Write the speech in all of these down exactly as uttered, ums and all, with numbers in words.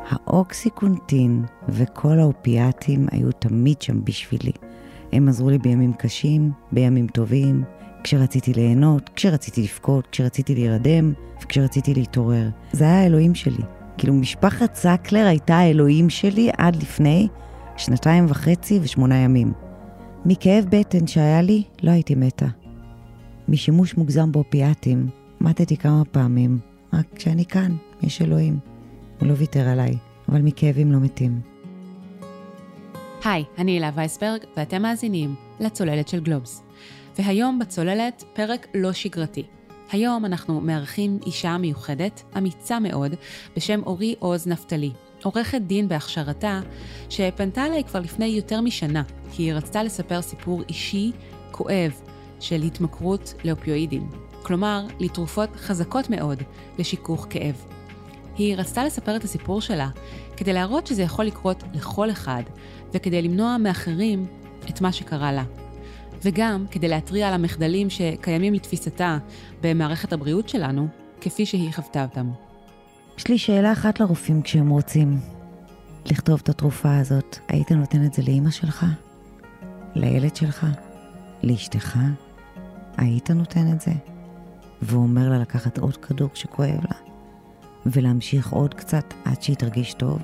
האוקסיקונטין וכל האופיאטים היו תמיד שם בשבילי. הם עזרו לי בימים קשים, בימים טובים, כשרציתי ליהנות, כשרציתי לפקוד, כשרציתי להירדם וכשרציתי להתעורר. זה היה האלוהים שלי. כאילו משפחת סקלר הייתה האלוהים שלי עד לפני שנתיים וחצי ושמונה ימים. מכאב בטן שהיה לי, לא הייתי מתה. משימוש מוגזם באופיאטים, מתתי כמה פעמים. רק כשאני כאן, יש אלוהים. הוא לא ויתר עליי, אבל מכאבים לא מתים. היי, אני הילה וייסברג, ואתם מאזינים לצוללת של גלובס. והיום בצוללת פרק לא שגרתי. היום אנחנו מארחים אישה מיוחדת, אמיצה מאוד, בשם אורי עוז נפתלי. עורכת דין בהכשרתה, שפנתה אליי כבר לפני יותר משנה, כי היא רצתה לספר סיפור אישי, כואב, של התמכרות לאופיואידים. כלומר, לתרופות חזקות מאוד לשיכוך כאב. היא רצתה לספר את הסיפור שלה, כדי להראות שזה יכול לקרות לכל אחד, וכדי למנוע מאחרים את מה שקרה לה. וגם כדי להטריע על המחדלים שקיימים לתפיסתה במערכת הבריאות שלנו, כפי שהיא חוותה אותם. יש לי שאלה אחת לרופאים כשהם רוצים לכתוב את התרופה הזאת. היית נותן את זה לאמא שלך? לילד שלך? לאשתך? היית נותן את זה? והוא אומר לה לקחת עוד כדור שכואב לה? ולהמשיך עוד קצת עד שהיא תרגיש טוב?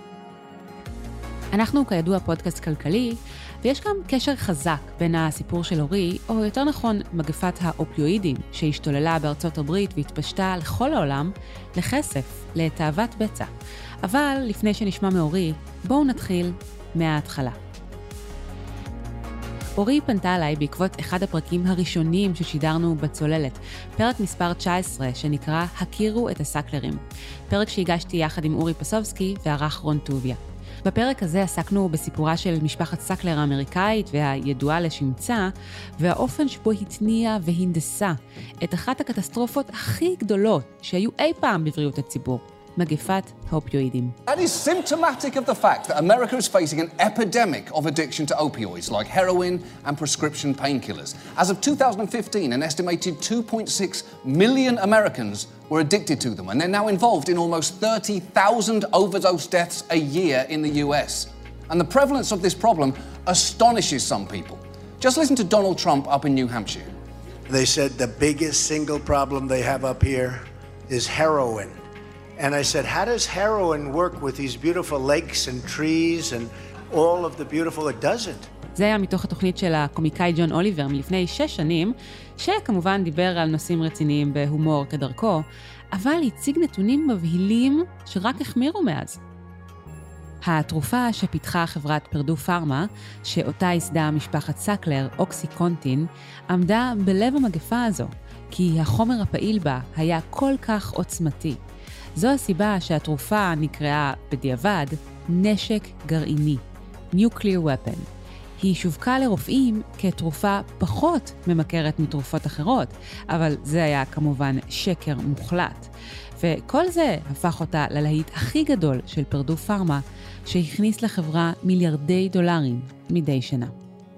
אנחנו כידוע פודקאסט כלכלי, ויש גם קשר חזק בין הסיפור של אורי, או יותר נכון מגפת האופיואידים שהשתוללה בארצות הברית והתפשטה לכל העולם, לכסף, לתאוות בצע. אבל לפני שנשמע מאורי, בואו נתחיל מההתחלה. אורי פנתה עליי בעקבות אחד הפרקים הראשונים ששידרנו בצוללת, פרק מספר תשע עשרה שנקרא הכירו את הסקלרים, פרק שהגשתי יחד עם אורי פסובסקי וערך רון טוביה. בפרק הזה עסקנו בסיפורה של משפחת סקלר האמריקאית והידועה לשמצה, והאופן שבו התניעה והנדסה את אחת הקטסטרופות הכי גדולות שהיו אי פעם בבריאות הציבור, מגפת האופיואידים. That is symptomatic of the fact that America is facing an epidemic of addiction to opioids like heroin and prescription painkillers. As of two thousand fifteen, an estimated two point six million Americans were addicted to them, and they're now involved in almost thirty thousand overdose deaths a year in the U S. And the prevalence of this problem astonishes some people. Just listen to Donald Trump up in New Hampshire. They said the biggest single problem they have up here is heroin. And I said, how does heroin work with these beautiful lakes and trees and all of the beautiful? It doesn't. זה היה מתוך התוכנית של הקומיקאי ג'ון אוליבר מלפני שש שנים, שכמובן דיבר על נושאים רציניים בהומור כדרכו, אבל הציג נתונים מבהילים שרק החמירו מאז. התרופה שפיתחה חברת פרדו פארמה, שאותה הסדה משפחת סקלר, אוקסיקונטין, עמדה בלב המגפה הזו, כי החומר הפעיל בה היה כל כך עוצמתי. זו הסיבה שהתרופה נקראה בדיעבד נשק גרעיני, Nuclear Weapon. היא שווקה לרופאים כתרופה פחות ממכרת מתרופות אחרות, אבל זה היה כמובן שקר מוחלט. וכל זה הפך אותה ללהיט הכי גדול של פרדו פארמה, שהכניס לחברה מיליארדי דולרים מדי שנה.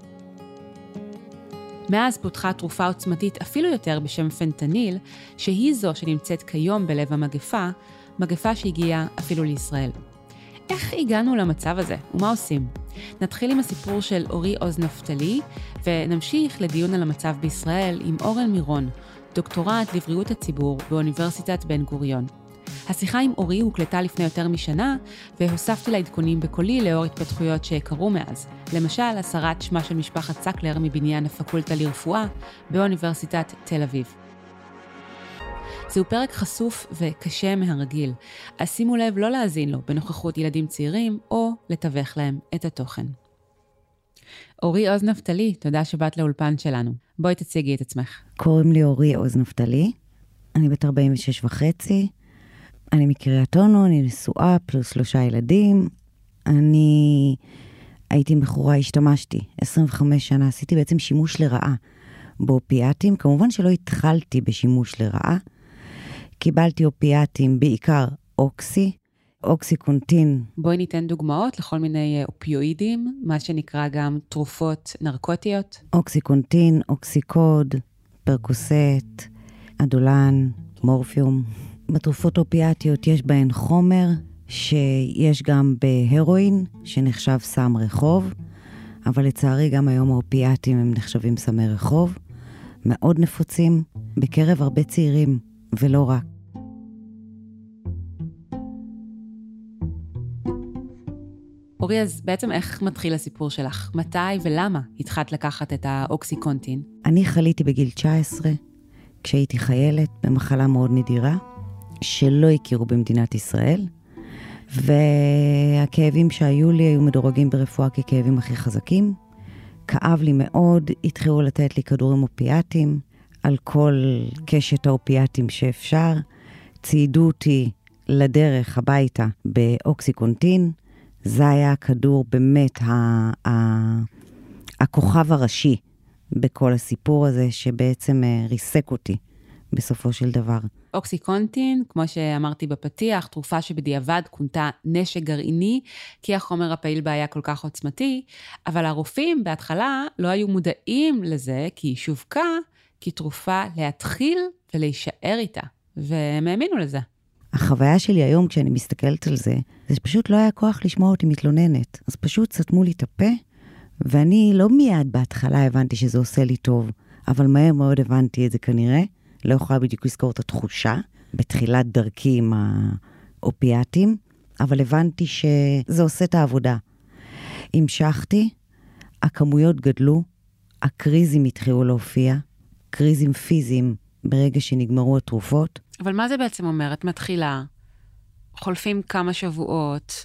מאז פותחה תרופה עוצמתית אפילו יותר בשם פנטניל, שהיא זו שנמצאת כיום בלב המגפה, מגפה שהגיעה אפילו לישראל. איך הגענו למצב הזה ומה עושים? נתחיל עם הסיפור של אורי עוז נפתלי, ונמשיך לדיון על המצב בישראל עם אורן מירון, דוקטורט לבריאות הציבור באוניברסיטת בן גוריון. השיחה עם אורי הוקלטה לפני יותר משנה, והוספתי לעדכונים בקולי לאור התפתחויות שקרו מאז. למשל, הסרת שמה של משפחת סקלר מבניין הפקולטה לרפואה באוניברסיטת תל אביב. זהו פרק חשוף וקשה מהרגיל, אז שימו לב לא להאזין לו בנוכחות ילדים צעירים או לתווך להם את התוכן. אורי עוז נפתלי, תודה שבאת לאולפן שלנו. בואי תציגי את עצמך. קוראים לי אורי עוז נפתלי, אני בת ארבעים ושש וחצי, אני מקריית אונו, אני נשואה, פלוס שלושה ילדים. אני הייתי מכורה, השתמשתי, עשרים וחמש שנה, עשיתי בעצם שימוש לרעה באופיאטים. כמובן שלא התחלתי בשימוש לרעה. קיבלתי אופיאטים, בעיקר אוקסי, אוקסיקונטין. בואי ניתן דוגמאות לכל מיני אופיואידים, מה שנקרא גם תרופות נרקוטיות. אוקסיקונטין, אוקסיקוד, פרקוסט, אדולן, מורפיום. בתרופות אופיאטיות יש בהן חומר שיש גם בהרואין, שנחשב סם רחוב, אבל לצערי גם היום האופיאטים הם נחשבים סמי רחוב, מאוד נפוצים בקרב הרבה צעירים, ולא רק. אורי, אז בעצם איך מתחיל הסיפור שלך? מתי ולמה התחלת לקחת את האוקסיקונטין? אני חליתי בגיל תשע עשרה, כשהייתי חיילת במחלה מאוד נדירה, שלא הכירו במדינת ישראל, והכאבים שהיו לי היו מדורגים ברפואה ככאבים הכי חזקים. כאב לי מאוד, התחילו לתת לי כדורים אופיאטיים, על כל קשת האופיאטיים שאפשר, ציידו אותי לדרך הביתה באוקסיקונטין, זה היה הכדור באמת ה- ה- הכוכב הראשי בכל הסיפור הזה, שבעצם ריסק אותי בסופו של דבר. אוקסיקונטין, כמו שאמרתי בפתיח, תרופה שבדיעבד כונתה נשק גרעיני, כי החומר הפעיל בה היה כל כך עוצמתי, אבל הרופאים בהתחלה לא היו מודעים לזה, כי היא שווקה כתרופה להתחיל ולהישאר איתה, והם האמינו לזה. החוויה שלי היום, כשאני מסתכלת על זה, זה פשוט לא היה כוח לשמוע אותי מתלוננת. אז פשוט סתמו לי את הפה, ואני לא מיד בהתחלה הבנתי שזה עושה לי טוב, אבל מהר מאוד הבנתי את זה כנראה, לא יכולה בדיוק לזכור את התחושה, בתחילת דרכי עם האופיאטים, אבל הבנתי שזה עושה את העבודה. המשכתי, הכמויות גדלו, הקריזים התחילו להופיע, קריזים פיזיים ברגע שנגמרו התרופות. אבל מה זה בעצם אומר? את מתחילה, חולפים כמה שבועות,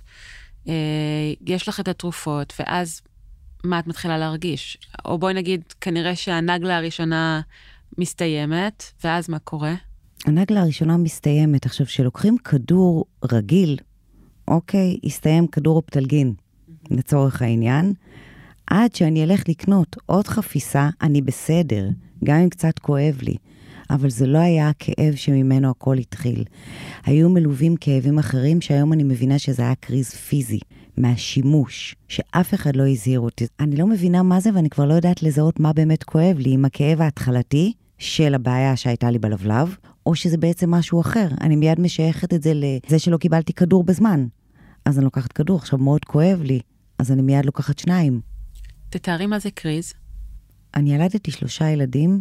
אה, יש לך את התרופות, ואז מה את מתחילה להרגיש? או בואי נגיד, כנראה שהנגלה הראשונה מסתיימת, ואז מה קורה? הנגלה הראשונה מסתיימת. עכשיו, שלוקחים כדור רגיל, אוקיי, הסתיים כדור אופטלגין, לצורך העניין, עד שאני אלך לקנות עוד חפיסה, אני בסדר, גם אם קצת כואב לי. אבל זה לא היה הכאב שממנו הכל התחיל. היו מלווים כאבים אחרים, שהיום אני מבינה שזה היה קריז פיזי, מהשימוש, שאף אחד לא הזהיר אותי. אני לא מבינה מה זה, ואני כבר לא יודעת לזהות מה באמת כואב לי, עם הכאב ההתחלתי של הבעיה שהייתה לי בלבלב, או שזה בעצם משהו אחר. אני מיד משייכת את זה לזה שלא קיבלתי כדור בזמן. אז אני לוקחת כדור, עכשיו מאוד כואב לי, אז אני מיד לוקחת שניים. תתארי מה זה קריז? אני ילדתי שלושה ילדים,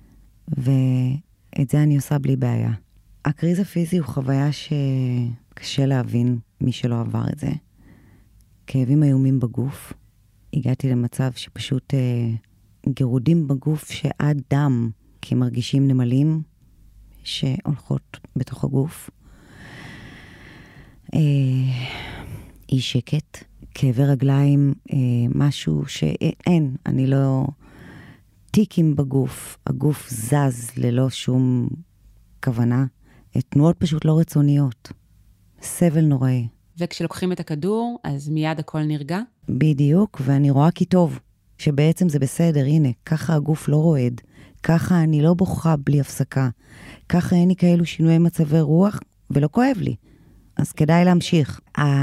ואת זה אני עושה בלי בעיה. הקריז הפיזי הוא חוויה שקשה להבין מי שלא עבר את זה. כאבים איומים בגוף. הגעתי למצב שפשוט אה, גירודים בגוף שעד דם, כי מרגישים נמלים שהולכות בתוך הגוף. אה, אי שקט, כאבי רגליים, אה, משהו שאין, אני לא... טיקים בגוף, הגוף זז ללא שום כוונה, תנועות פשוט לא רצוניות, סבל נוראי. וכשלוקחים את הכדור, אז מיד הכל נרגע? בדיוק, ואני רואה כי טוב, שבעצם זה בסדר, הנה, ככה הגוף לא רועד, ככה אני לא בוכה בלי הפסקה, ככה אין לי כאלו שינויי מצבי רוח, ולא כואב לי, אז כדאי להמשיך.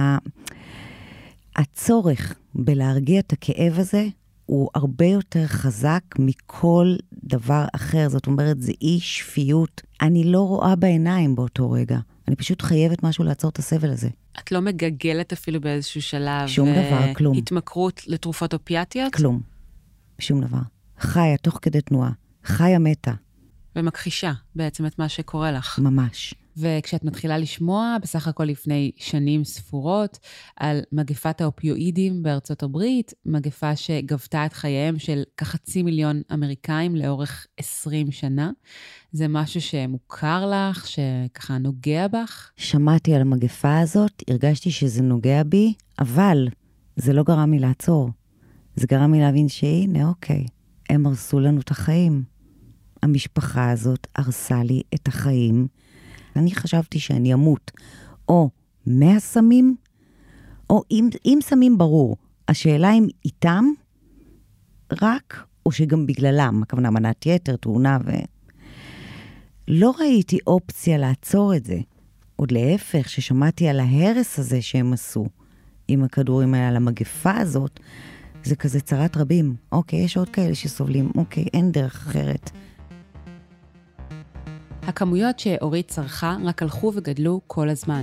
הצורך בלהרגיע את הכאב הזה, הוא הרבה יותר חזק מכל דבר אחר. זאת אומרת, זה אי שפיות. אני לא רואה בעיניים באותו רגע. אני פשוט חייבת משהו לעצור את הסבל הזה. את לא מגגלת אפילו באיזשהו שלב? שום דבר, כלום. התמכרות לתרופות אופיאטיות? כלום. שום דבר. חיה, תוך כדי תנועה. חיה מתה. ומכחישה בעצם את מה שקורה לך. ממש. וכשאת מתחילה לשמוע, בסך הכל לפני שנים ספורות, על מגפת האופיואידים בארצות הברית, מגפה שגבתה את חייהם של כחצי מיליון אמריקאים לאורך עשרים שנה. זה משהו שמוכר לך, שככה נוגע בך? שמעתי על המגפה הזאת, הרגשתי שזה נוגע בי, אבל זה לא גרם לי לעצור. זה גרם לי להבין שהנה, אוקיי, הם הרסו לנו את החיים. המשפחה הזאת הרסה לי את החיים. אני חשבתי שאני אמות, או מהסמים, או אם, אם סמים ברור. השאלה אם איתם, רק, או שגם בגללם, הכוונה מנת יתר, תאונה, ו... לא ראיתי אופציה לעצור את זה. עוד להפך, ששמעתי על ההרס הזה שהם עשו, עם הכדורים האלה, על המגפה הזאת, זה כזה צרת רבים. אוקיי, יש עוד כאלה שסובלים, אוקיי, אין דרך אחרת. הכמויות שאורית צרכה רק הלכו וגדלו כל הזמן,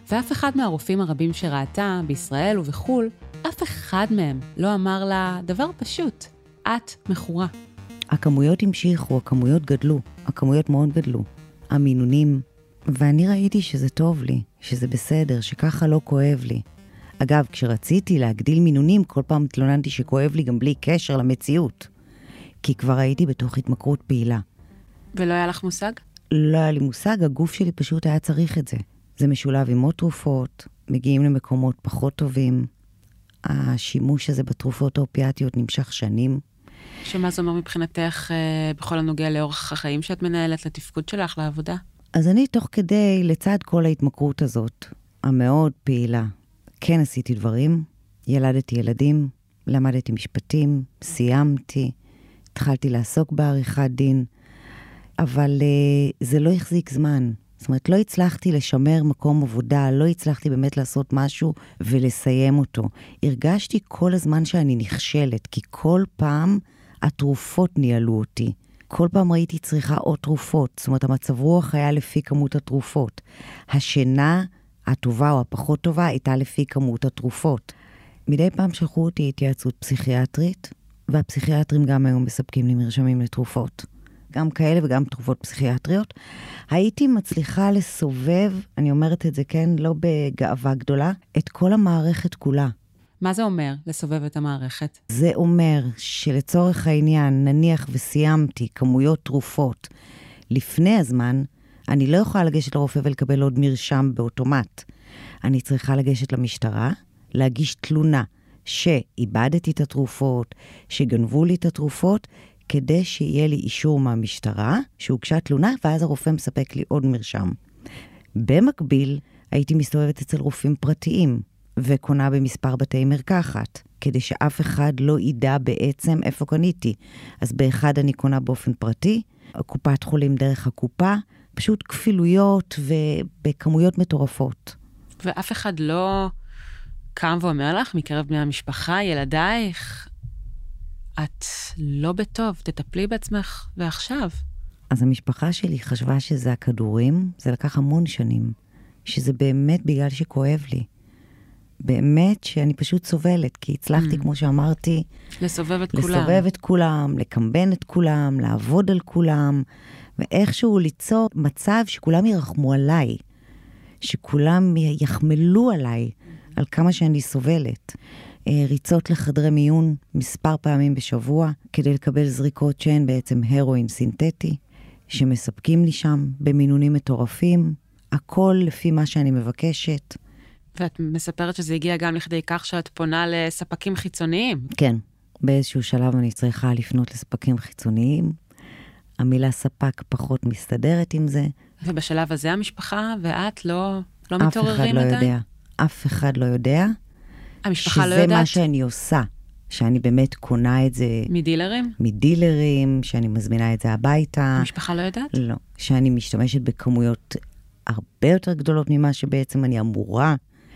ואף אחד מהרופאים הרבים שראתה, בישראל ובחול, אף אחד מהם לא אמר לה דבר פשוט, את מכורה. הכמויות המשיכו, הכמויות גדלו, הכמויות מאוד גדלו. המינונים, ואני ראיתי שזה טוב לי, שזה בסדר, שככה לא כואב לי. אגב, כשרציתי להגדיל מינונים, כל פעם התלוננתי שכואב לי גם בלי קשר למציאות. כי כבר הייתי בתוך התמכרות פעילה. ולא היה לך מושג? לא היה לי מושג, הגוף שלי פשוט היה צריך את זה. זה משולב עם עוד תרופות, מגיעים למקומות פחות טובים. השימוש הזה בתרופות האופיאטיות נמשך שנים. שמה זה אומר מבחינתך אה, בכל הנוגע לאורח החיים שאת מנהלת, לתפקוד שלך, לעבודה? אז אני תוך כדי, לצד כל ההתמכרות הזאת, המאוד פעילה, כן עשיתי דברים, ילדתי ילדים, למדתי משפטים, סיימתי, התחלתי לעסוק בעריכת דין, אבל uh, זה לא החזיק זמן. זאת אומרת, לא הצלחתי לשמר מקום עבודה, לא הצלחתי באמת לעשות משהו ולסיים אותו. הרגשתי כל הזמן שאני נכשלת, כי כל פעם התרופות ניהלו אותי. כל פעם ראיתי צריכה עוד תרופות, זאת אומרת, המצב רוח היה לפי כמות התרופות. השינה הטובה או הפחות טובה הייתה לפי כמות התרופות. מדי פעם שלחו אותי התייעצות פסיכיאטרית, והפסיכיאטרים גם היום מספקים לי מרשמים לתרופות. גם כאלה וגם תרופות פסיכיאטריות. הייתי מצליחה לסובב, אני אומרת את זה כן, לא בגאווה גדולה, את כל המערכת כולה. מה זה אומר, לסובב את המערכת? זה אומר שלצורך העניין, נניח וסיימתי כמויות תרופות לפני הזמן, אני לא יכולה לגשת לרופא ולקבל עוד מרשם באוטומט. אני צריכה לגשת למשטרה, להגיש תלונה שאיבדתי את התרופות, שגנבו לי את התרופות, כדי שיהיה לי אישור מהמשטרה, שהוגשה תלונה, ואז הרופא מספק לי עוד מרשם. במקביל, הייתי מסתובבת אצל רופאים פרטיים, וקונה במספר בתי מרקחת, כדי שאף אחד לא ידע בעצם איפה קניתי. אז באחד אני קונה באופן פרטי, קופת חולים דרך הקופה, פשוט כפילויות ובכמויות מטורפות. ואף אחד לא קם ואומר לך, מקרב בני המשפחה, ילדייך, את לא בטוב, תטפלי בעצמך ועכשיו. אז המשפחה שלי חשבה שזה הכדורים, זה לקח המון שנים, שזה באמת בגלל שכואב לי. באמת שאני פשוט סובלת, כי הצלחתי, mm. כמו שאמרתי, לסובב את כולם. לסובב את כולם, לקמבן את כולם, לעבוד על כולם, ואיכשהו ליצור מצב שכולם ירחמו עליי, שכולם יחמלו עליי, על כמה שאני סובלת. ריצות לחדרי מיון מספר פעמים בשבוע, כדי לקבל זריקות שהן בעצם הרואין סינתטי, שמספקים לי שם במינונים מטורפים, הכל לפי מה שאני מבקשת. ואת מספרת שזה הגיע גם לכדי כך שאת פונה לספקים חיצוניים. כן, באיזשהו שלב אני צריכה לפנות לספקים חיצוניים. המילה ספק פחות מסתדרת עם זה. ובשלב הזה המשפחה ואת לא, לא מתעוררים עדיין? אף אחד לא יודע. אף אחד לא יודע. המשפחה לא יודעת? שזה מה שאני עושה. שאני באמת קונה את זה... מדילרים? מדילרים, שאני מזמינה את זה הביתה. המשפחה לא יודעת? לא. שאני משתמשת בכמויות הרבה יותר גדולות ממה שבעצם אני אמורה.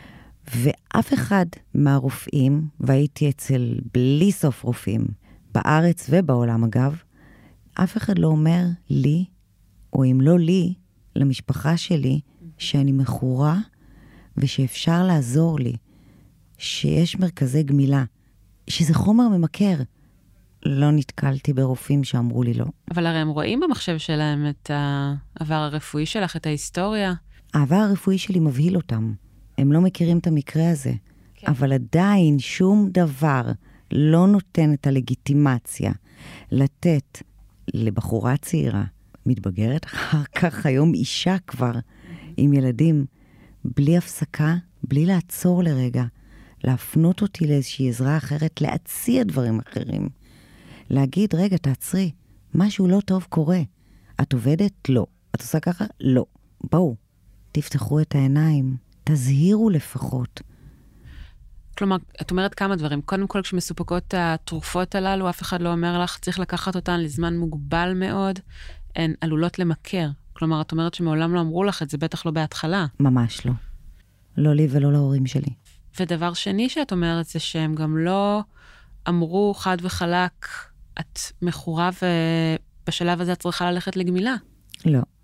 ואף אחד מהרופאים, והייתי אצל בלי סוף רופאים, בארץ ובעולם אגב, אף אחד לא אומר לי, או אם לא לי, למשפחה שלי, שאני מכורה, ושאפשר לעזור לי, שיש מרכזי גמילה, שזה חומר ממכר. לא נתקלתי ברופאים שאמרו לי לא. אבל הרי הם רואים במחשב שלהם את העבר הרפואי שלך, את ההיסטוריה. העבר הרפואי שלי מבהיל אותם. הם לא מכירים את המקרה הזה. כן. אבל עדיין שום דבר לא נותן את הלגיטימציה לתת לבחורה צעירה, מתבגרת אחר כך היום אישה כבר עם ילדים, בלי הפסקה, בלי לעצור לרגע, להפנות אותי לאיזושהי עזרה אחרת, להציע דברים אחרים. להגיד, רגע, תעצרי, משהו לא טוב קורה. את עובדת? לא. את עושה ככה? לא. בואו, תפתחו את העיניים, תזהירו לפחות. כלומר, את אומרת כמה דברים. קודם כל, כשמסופקות התרופות הללו, אף אחד לא אומר לך, צריך לקחת אותן לזמן מוגבל מאוד, הן עלולות למכר. כלומר, את אומרת שמעולם לא אמרו לך את זה, בטח לא בהתחלה. ממש לא. לא לי ולא להורים שלי. ודבר שני שאת אומרת זה שהם גם לא אמרו חד וחלק, את מכורה ובשלב הזה את צריכה ללכת לגמילה. לא.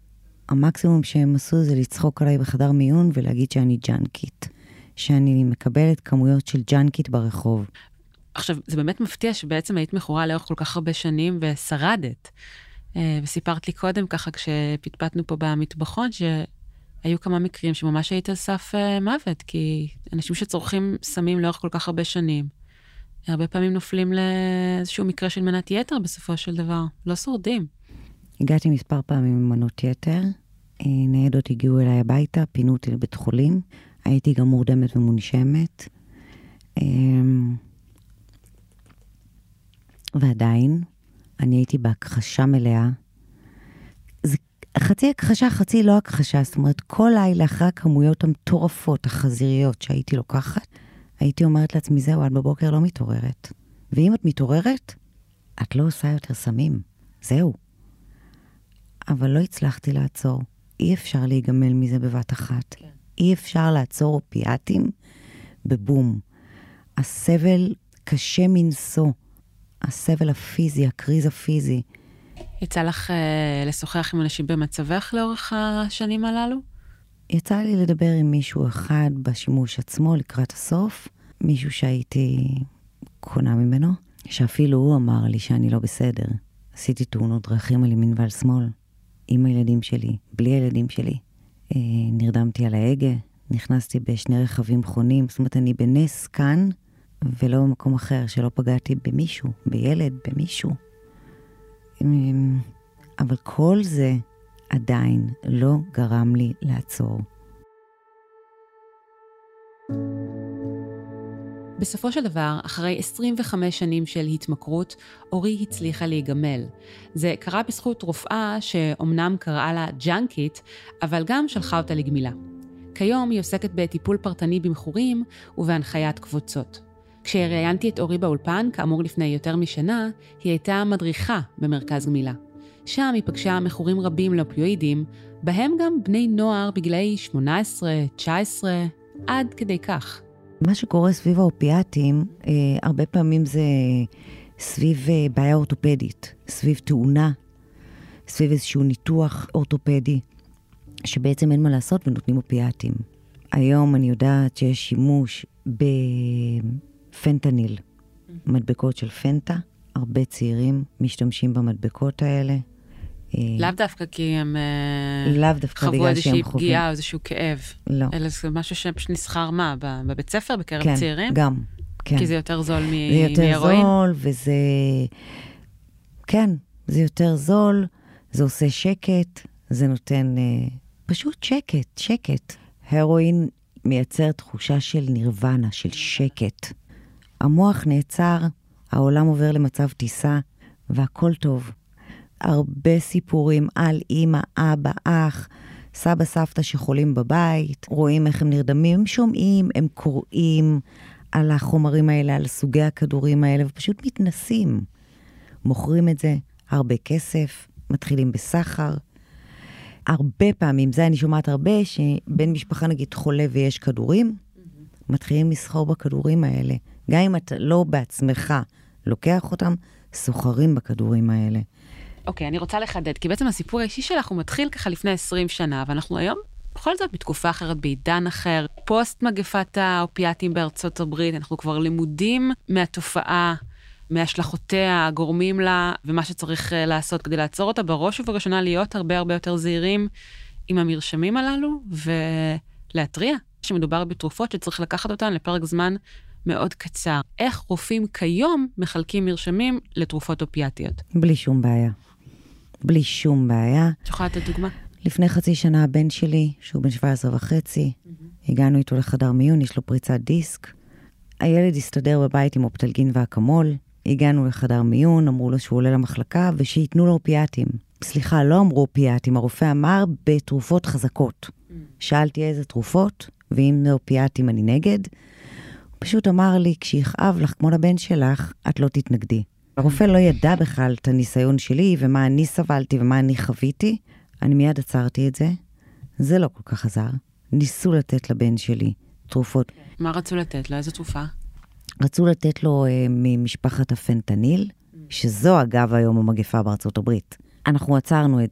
המקסימום שהם עשו זה לצחוק עליי בחדר מיון ולהגיד שאני ג'אנקית. שאני מקבלת כמויות של ג'אנקית ברחוב. עכשיו, זה באמת מפתיע שבעצם היית מכורה לאורך כל כך הרבה שנים ושרדת. וסיפרת לי קודם ככה כשפטפטנו פה במטבחון, שהיו כמה מקרים שממש היית על סף מוות, כי אנשים שצורכים סמים לאורך כל כך הרבה שנים, הרבה פעמים נופלים לאיזשהו מקרה של מנת יתר בסופו של דבר, לא שורדים. הגעתי מספר פעמים עם מנות יתר, ניידות הגיעו אליי הביתה, פינו אותי לבית חולים, הייתי גם מורדמת ומונשמת, ועדיין, אני הייתי בהכחשה מלאה. זה חצי הכחשה, חצי לא הכחשה. זאת אומרת, כל לילה אחרי הכמויות המטורפות, החזיריות שהייתי לוקחת, הייתי אומרת לעצמי, זהו, עד בבוקר לא מתעוררת. ואם את מתעוררת, את לא עושה יותר סמים. זהו. אבל לא הצלחתי לעצור. אי אפשר להיגמל מזה בבת אחת. כן. אי אפשר לעצור אופיאטים בבום. הסבל קשה מנסו. הסבל הפיזי, הקריז הפיזי. יצא לך אה, לשוחח עם אנשים במצבך לאורך השנים הללו? יצא לי לדבר עם מישהו אחד בשימוש עצמו לקראת הסוף, מישהו שהייתי קונה ממנו, שאפילו הוא אמר לי שאני לא בסדר. עשיתי תאונות דרכים על ימין ועל שמאל, עם הילדים שלי, בלי הילדים שלי. אה, נרדמתי על ההגה, נכנסתי בשני רכבים חונים, זאת אומרת אני בנס כאן, ולא במקום אחר, שלא פגעתי במישהו, בילד, במישהו. אבל כל זה עדיין לא גרם לי לעצור. בסופו של דבר, אחרי עשרים וחמש שנים של התמכרות, אורי הצליחה להיגמל. זה קרה בזכות רופאה שאומנם קראה לה ג'אנקית, אבל גם שלחה אותה לגמילה. כיום היא עוסקת בטיפול פרטני במכורים ובהנחיית קבוצות. כשראיינתי את אורי באולפן, כאמור לפני יותר משנה, היא הייתה מדריכה במרכז גמילה. שם היא פגשה מכורים רבים לאופיואידים, בהם גם בני נוער בגילאי שמונה עשרה, תשע עשרה, עד כדי כך. מה שקורה סביב האופיאטים, אה, הרבה פעמים זה סביב אה, בעיה אורתופדית, סביב תאונה, סביב איזשהו ניתוח אורתופדי, שבעצם אין מה לעשות ונותנים אופיאטים. היום אני יודעת שיש שימוש בפנטניל, מדבקות של פנטה, הרבה צעירים משתמשים במדבקות האלה. לאו דווקא כי הם לאו דווקא חוו איזושהי פגיעה או איזשהו כאב. לא. אלא זה משהו שפשוט נסחר מה? בבית ספר, בקרב כן, צעירים? גם, כן. כי זה יותר זול מהרואין? זה יותר זול, וזה... כן, זה יותר זול, זה עושה שקט, זה נותן אה, פשוט שקט, שקט. הרואין מייצר תחושה של נירוונה, של שקט. המוח נעצר, העולם עובר למצב טיסה, והכל טוב. הרבה סיפורים על אמא, אבא, אח, סבא, סבתא שחולים בבית, רואים איך הם נרדמים, הם שומעים, הם קוראים על החומרים האלה, על סוגי הכדורים האלה, ופשוט מתנסים. מוכרים את זה, הרבה כסף, מתחילים בסחר. הרבה פעמים, זה אני שומעת הרבה, שבן משפחה נגיד חולה ויש כדורים, mm-hmm. מתחילים לסחור בכדורים האלה. גם אם אתה לא בעצמך לוקח אותם, סוחרים בכדורים האלה. אוקיי, אני רוצה לחדד, כי בעצם הסיפור האישי שלך הוא מתחיל ככה לפני עשרים שנה, ואנחנו היום בכל זאת בתקופה אחרת, בעידן אחר, פוסט מגפת האופיאטים בארצות הברית, אנחנו כבר למודים מהתופעה, מהשלכותיה, הגורמים לה, ומה שצריך לעשות כדי לעצור אותה, בראש ובראשונה להיות הרבה הרבה יותר זהירים עם המרשמים הללו, ולהתריע שמדובר בתרופות שצריך לקחת אותן לפרק זמן מאוד קצר. איך רופאים כיום מחלקים מרשמים לתרופות אופיאטיות? בלי שום בעיה. בלי שום בעיה. את יכולה לתת דוגמה? לפני חצי שנה הבן שלי, שהוא בן שבע עשרה וחצי, mm-hmm. הגענו איתו לחדר מיון, יש לו פריצת דיסק. הילד הסתדר בבית עם אופטלגין והקמול. הגענו לחדר מיון, אמרו לו שהוא עולה למחלקה, ושיתנו לו אופיאטים. סליחה, לא אמרו אופיאטים, הרופא אמר בתרופות חזקות. Mm-hmm. שאלתי איזה תרופות, ואם זה אופיאטים אני נגד. הוא פשוט אמר לי, כשיכאב לך כמו לבן שלך, את לא תתנגדי. הרופא לא ידע בכלל את הניסיון שלי, ומה אני סבלתי ומה אני חוויתי. אני מיד עצרתי את זה. זה לא כל כך עזר. ניסו לתת לבן שלי תרופות. מה רצו לתת לו? איזו תרופה? רצו לתת לו uh, ממשפחת הפנטניל, שזו אגב היום המגפה בארצות הברית. אנחנו עצרנו את זה.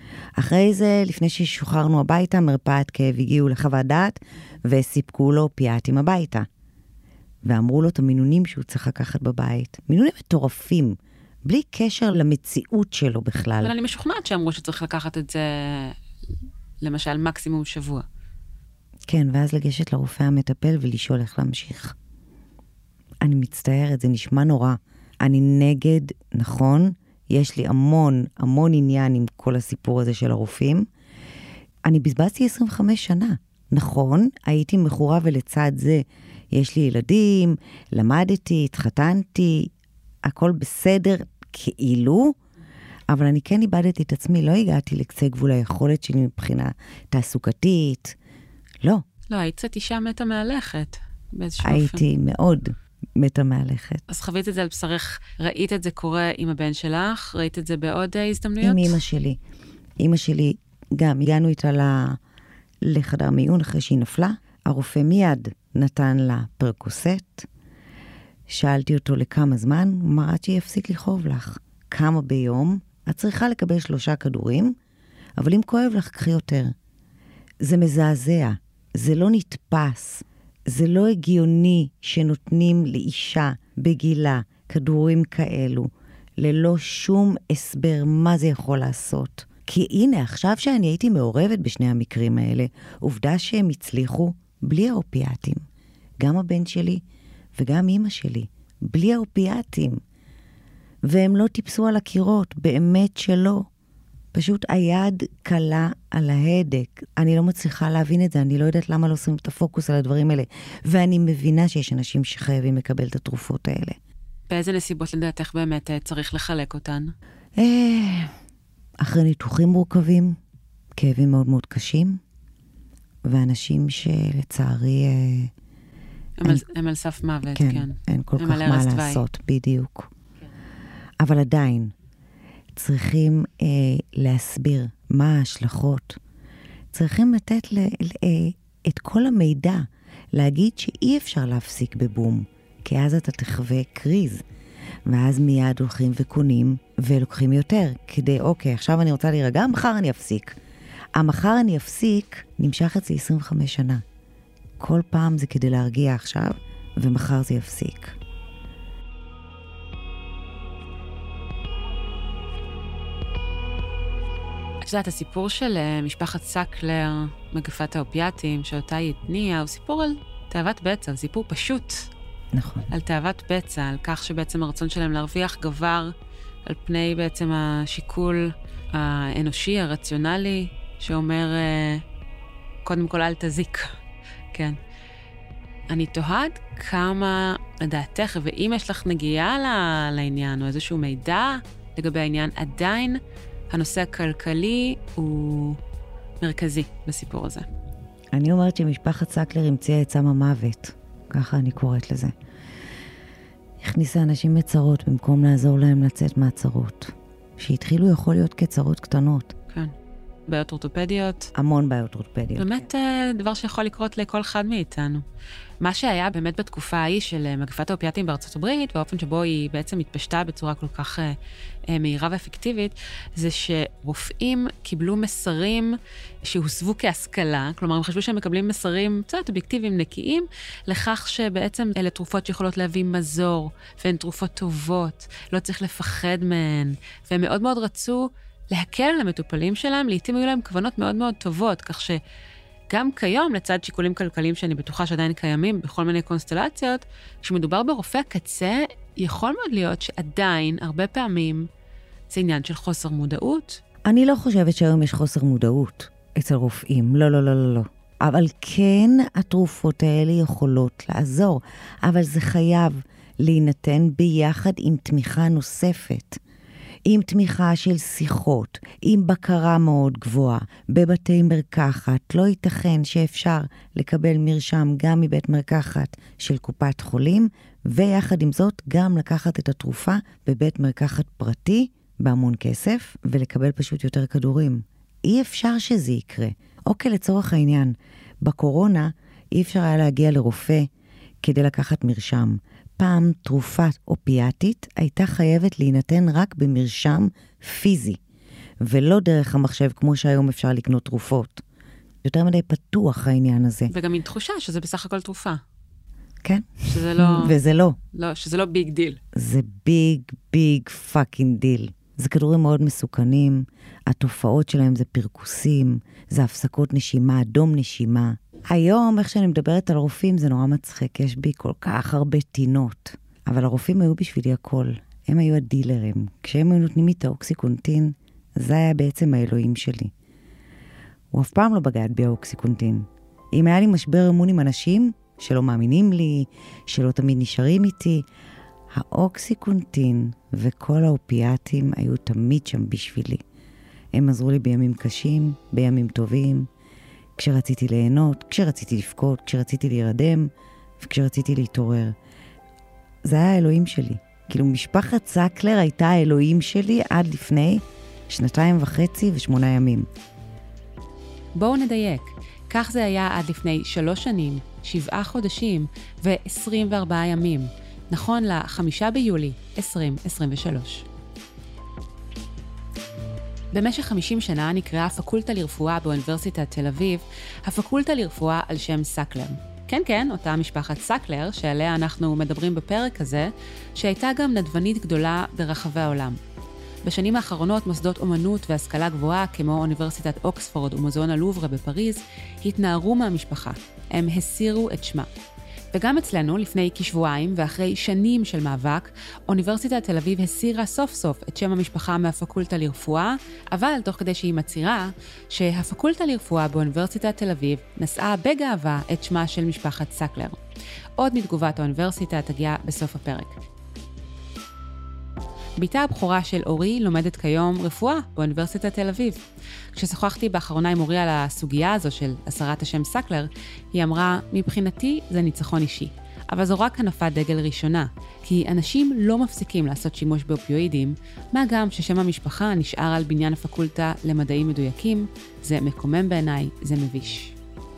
אחרי זה, לפני ששוחררנו הביתה, מרפאת כאב הגיעו לחוות דעת, וסיפקו לו אופיאטים הביתה. ואמרו לו את המינונים שהוא צריך לקחת בבית. מינונים מטורפים, בלי קשר למציאות שלו בכלל. אבל אני משוכנעת שאמרו שצריך לקחת את זה, למשל, מקסימום שבוע. כן, ואז לגשת לרופא המטפל ולשאול איך להמשיך. אני מצטערת, זה נשמע נורא. אני נגד, נכון, יש לי המון, המון עניין עם כל הסיפור הזה של הרופאים. אני בזבזתי עשרים וחמש שנה. נכון, הייתי מכורה ולצד זה יש לי ילדים, למדתי, התחתנתי, הכל בסדר כאילו, אבל אני כן איבדתי את עצמי, לא הגעתי לקצה גבול היכולת שלי מבחינה תעסוקתית, לא. לא, היית קצת אישה מתה מהלכת, באיזשהו אופן. הייתי מאוד מתה מהלכת. אז חווית את זה על בשרך, ראית את זה קורה עם הבן שלך, ראית את זה בעוד הזדמנויות? עם אמא שלי. אמא שלי, גם הגענו איתה לחדר מיון אחרי שהיא נפלה, הרופא מיד נתן לה פרקוסט, שאלתי אותו לכמה זמן, הוא אמר, עד שיפסיק לכאוב לך. כמה ביום, את צריכה לקבל שלושה כדורים, אבל אם כואב לך, קחי יותר. זה מזעזע, זה לא נתפס, זה לא הגיוני שנותנים לאישה בגילה כדורים כאלו, ללא שום הסבר מה זה יכול לעשות. כי הנה, עכשיו שאני הייתי מעורבת בשני המקרים האלה, עובדה שהם הצליחו בלי האופיאטים. גם הבן שלי וגם אמא שלי, בלי האופיאטים. והם לא טיפסו על הקירות, באמת שלא. פשוט היד קלה על ההדק. אני לא מצליחה להבין את זה, אני לא יודעת למה לא עושים את הפוקוס על הדברים האלה. ואני מבינה שיש אנשים שחייבים לקבל את התרופות האלה. באיזה נסיבות לדעתך באמת צריך לחלק אותן? אחרי ניתוחים מורכבים, כאבים מאוד מאוד קשים, ואנשים שלצערי... הם, אין, על, הם על סף מוות, כן. כן, אין כל כך מה לעשות, בדיוק. כן. אבל עדיין, צריכים אה, להסביר מה ההשלכות. צריכים לתת ל, ל, אה, את כל המידע, להגיד שאי אפשר להפסיק בבום, כי אז אתה תחווה קריז. ואז מיד הולכים וקונים ולוקחים יותר, כדי, אוקיי, עכשיו אני רוצה להירגע, מחר אני אפסיק. המחר אני אפסיק נמשך אצלי עשרים וחמש שנה. כל פעם זה כדי להרגיע עכשיו, ומחר זה יפסיק. את יודעת, הסיפור של משפחת סקלר, מגפת האופיאטים, שאותה היא התניעה, הוא סיפור על תאוות בצע, הוא סיפור פשוט. נכון. על תאוות בצע, על כך שבעצם הרצון שלהם להרוויח גבר על פני בעצם השיקול האנושי, הרציונלי, שאומר, קודם כל אל תזיק. כן. אני תוהד כמה, לדעתך, ואם יש לך נגיעה לעניין, או איזשהו מידע לגבי העניין, עדיין הנושא הכלכלי הוא מרכזי בסיפור הזה. אני אומרת שמשפחת סקלר המציאה את סם המוות. ככה אני קוראת לזה. הכניסה אנשים מצרות במקום לעזור להם לצאת מהצרות. שהתחילו יכול להיות כצרות קטנות. כן. בעיות אורתופדיות. המון בעיות אורתופדיות. באמת כן. דבר שיכול לקרות לכל אחד מאיתנו. מה שהיה באמת בתקופה ההיא של מגפת האופיאטים בארצות הברית, באופן שבו היא בעצם התפשטה בצורה כל כך אה, מהירה ואפקטיבית, זה שרופאים קיבלו מסרים שהוסבו כהשכלה, כלומר הם חשבו שהם מקבלים מסרים קצת אובייקטיביים נקיים, לכך שבעצם אלה תרופות שיכולות להביא מזור, והן תרופות טובות, לא צריך לפחד מהן, והם מאוד מאוד רצו להקל על המטופלים שלהם, לעתים היו להם כוונות מאוד מאוד טובות, כך שגם כיום, לצד שיקולים כלכליים שאני בטוחה שעדיין קיימים בכל מיני קונסטלציות, כשמדובר ברופא הקצה, יכול מאוד להיות שעדיין, הרבה פעמים, זה עניין של חוסר מודעות. אני לא חושבת שהיום יש חוסר מודעות אצל רופאים, לא, לא, לא, לא, לא. אבל כן, התרופות האלה יכולות לעזור, אבל זה חייב להינתן ביחד עם תמיכה נוספת. עם תמיכה של שיחות, עם בקרה מאוד גבוהה, בבתי מרקחת, לא ייתכן שאפשר לקבל מרשם גם מבית מרקחת של קופת חולים, ויחד עם זאת גם לקחת את התרופה בבית מרקחת פרטי, בהמון כסף, ולקבל פשוט יותר כדורים. אי אפשר שזה יקרה. אוקיי, לצורך העניין, בקורונה אי אפשר היה להגיע לרופא כדי לקחת מרשם. פעם תרופה אופיאטית הייתה חייבת להינתן רק במרשם פיזי. ולא דרך המחשב, כמו שהיום אפשר לקנות תרופות. יותר מדי פתוח העניין הזה. וגם עם תחושה שזה בסך הכל תרופה. כן. שזה לא... וזה לא. לא, שזה לא ביג דיל. זה ביג, ביג פאקינג דיל. זה כדורים מאוד מסוכנים, התופעות שלהם זה פרקוסים, זה הפסקות נשימה, אדום נשימה. היום, איך שאני מדברת על רופאים, זה נורא מצחיק, יש בי כל כך הרבה תינות. אבל הרופאים היו בשבילי הכל. הם היו הדילרים. כשהם היו נותנים לי את האוקסיקונטין, זה היה בעצם האלוהים שלי. הוא אף פעם לא בגד בי האוקסיקונטין. אם היה לי משבר אמון עם אנשים שלא מאמינים לי, שלא תמיד נשארים איתי, האוקסיקונטין וכל האופיאטים היו תמיד שם בשבילי. הם עזרו לי בימים קשים, בימים טובים, כשרציתי ליהנות, כשרציתי לפקוד, כשרציתי להירדם, וכשרציתי להתעורר. זה היה האלוהים שלי. כאילו משפחת סקלר הייתה האלוהים שלי עד לפני שנתיים וחצי ושמונה ימים. בואו נדייק. כך זה היה עד לפני שלוש שנים, שבעה חודשים ו-עשרים וארבעה ימים. נכון לחמישה ביולי עשרים עשרים ושלוש. במשך חמישים שנה נקראה הפקולטה לרפואה באוניברסיטת תל אביב, הפקולטה לרפואה על שם סקלר. כן, כן, אותה משפחת סקלר, שעליה אנחנו מדברים בפרק הזה, שהייתה גם נדבנית גדולה ברחבי העולם. בשנים האחרונות מוסדות אומנות והשכלה גבוהה, כמו אוניברסיטת אוקספורד ומוזיאון הלוברה בפריז, התנערו מהמשפחה. הם הסירו את שמה. וגם אצלנו, לפני כשבועיים ואחרי שנים של מאבק, אוניברסיטת תל אביב הסירה סוף סוף את שם המשפחה מהפקולטה לרפואה, אבל תוך כדי שהיא מצהירה שהפקולטה לרפואה באוניברסיטת תל אביב נשאה בגאווה את שמה של משפחת סקלר. עוד מתגובת האוניברסיטה תגיע בסוף הפרק. ביתה הבכורה של אורי לומדת כיום רפואה באוניברסיטת תל אביב. כששוחחתי באחרונה עם אורי על הסוגיה הזו של הסרת השם סקלר, היא אמרה, מבחינתי זה ניצחון אישי. אבל זו רק הנפת דגל ראשונה, כי אנשים לא מפסיקים לעשות שימוש באופיואידים, מה גם ששם המשפחה נשאר על בניין הפקולטה למדעים מדויקים, זה מקומם בעיניי, זה מביש.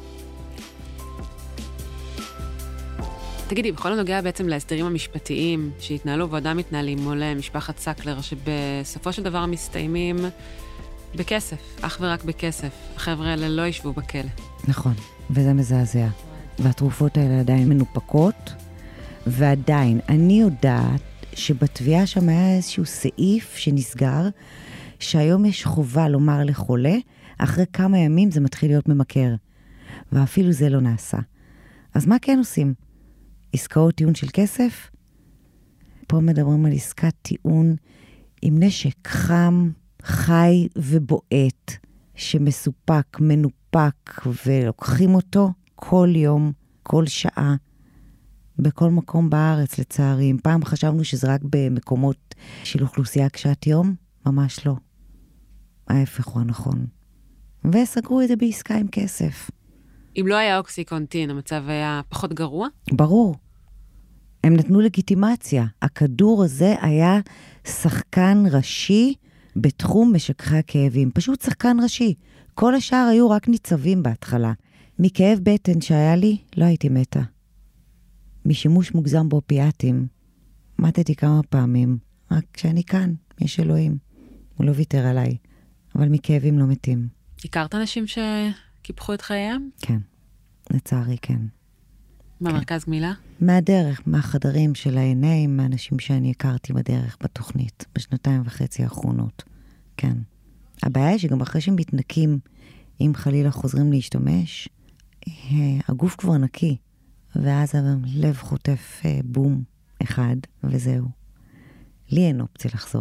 תגידי, בכל הנוגע בעצם להסדרים המשפטיים שהתנהלו ועודם מתנהלים מול משפחת סקלר, שבסופו של דבר מסתיימים בכסף, אך ורק בכסף. החבר'ה האלה לא ישבו בכלא. נכון, וזה מזעזע. והתרופות האלה עדיין מנופקות, ועדיין, אני יודעת שבתביעה שם היה איזשהו סעיף שנסגר, שהיום יש חובה לומר לחולה, אחרי כמה ימים זה מתחיל להיות ממכר. ואפילו זה לא נעשה. אז מה כן עושים? עסקאות טיעון של כסף? פה מדברים על עסקת טיעון עם נשק חם, חי ובועט, שמסופק, מנופק, ולוקחים אותו כל יום, כל שעה, בכל מקום בארץ לצערי. פעם חשבנו שזה רק במקומות של אוכלוסייה קשת יום, ממש לא. ההפך הוא הנכון. וסגרו את זה בעסקה עם כסף. אם לא היה אוקסיקונטין, המצב היה פחות גרוע? ברור. הם נתנו לגיטימציה. הכדור הזה היה שחקן ראשי בתחום משככי הכאבים. פשוט שחקן ראשי. כל השאר היו רק ניצבים בהתחלה. מכאב בטן שהיה לי, לא הייתי מתה. משימוש מוגזם באופיאטים, מתתי כמה פעמים. רק כשאני כאן, יש אלוהים. הוא לא ויתר עליי. אבל מכאבים לא מתים. הכרת אנשים שקיפחו את חייהם? כן. לצערי כן. במרכז גמילה? מהדרך, מהחדרים של ה-אן איי, מהאנשים שאני הכרתי בדרך, בתוכנית, בשנתיים וחצי האחרונות. כן. הבעיה היא שגם אחרי שהם מתנקים, אם חלילה חוזרים להשתמש, הגוף כבר נקי, ואז הלב חוטף בום אחד, וזהו. לי אין אופציה לחזור.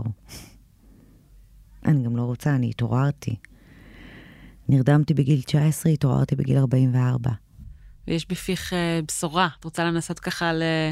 אני גם לא רוצה, אני התעוררתי. נרדמתי בגיל תשע עשרה, התעוררתי בגיל ארבעים וארבע. ויש בפיך בשורה. את רוצה לנסות ככה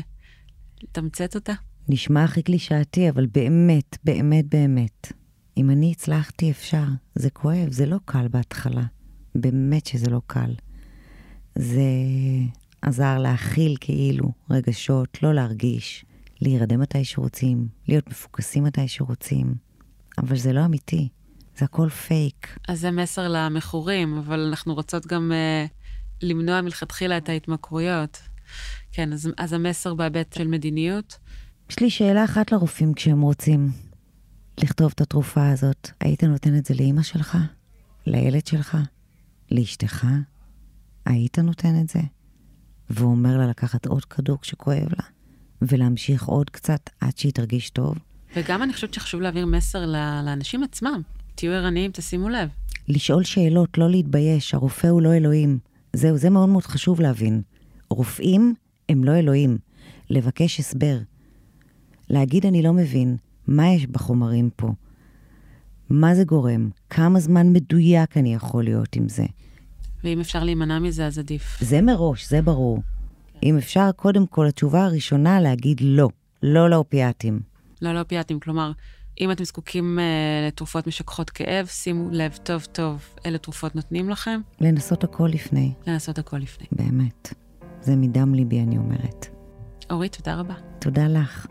לתמצת אותה? נשמע הכי קלישאתי, אבל באמת, באמת, באמת. אם אני הצלחתי אפשר. זה כואב, זה לא קל בהתחלה. באמת שזה לא קל. זה עזר להכיל כאילו רגשות, לא להרגיש, להירדם מתי שרוצים, להיות מפוקסים מתי שרוצים. אבל זה לא אמיתי. זה הכל פייק. אז זה מסר למכורים, אבל אנחנו רוצות גם uh, למנוע מלכתחילה את ההתמכרויות. כן, אז, אז המסר בהיבט של מדיניות? יש לי שאלה אחת לרופאים כשהם רוצים. לכתוב את התרופה הזאת, היית נותן את זה לאמא שלך? לילד שלך? לאשתך? היית נותן את זה? והוא אומר לה לקחת עוד כדור שכואב לה, ולהמשיך עוד קצת עד שהיא תרגיש טוב. וגם אני חושבת שחשוב להעביר מסר לאנשים עצמם. תהיו ערניים, תשימו לב. לשאול שאלות, לא להתבייש. הרופא הוא לא אלוהים. זהו, זה מאוד מאוד חשוב להבין. רופאים הם לא אלוהים. לבקש הסבר. להגיד אני לא מבין, מה יש בחומרים פה? מה זה גורם? כמה זמן מדויק אני יכול להיות עם זה? ואם אפשר להימנע מזה, אז עדיף. זה מראש, זה ברור. אם אפשר, קודם כל, התשובה הראשונה להגיד לא. לא לאופיאטים. לא לאופיאטים, כלומר, אם אתם זקוקים uh, לתרופות משככות כאב, שימו לב טוב טוב, אלה תרופות נותנים לכם. לנסות הכל לפני. לנסות הכל לפני. באמת. זה מדם ליבי, אני אומרת. אורית, תודה רבה. תודה לך.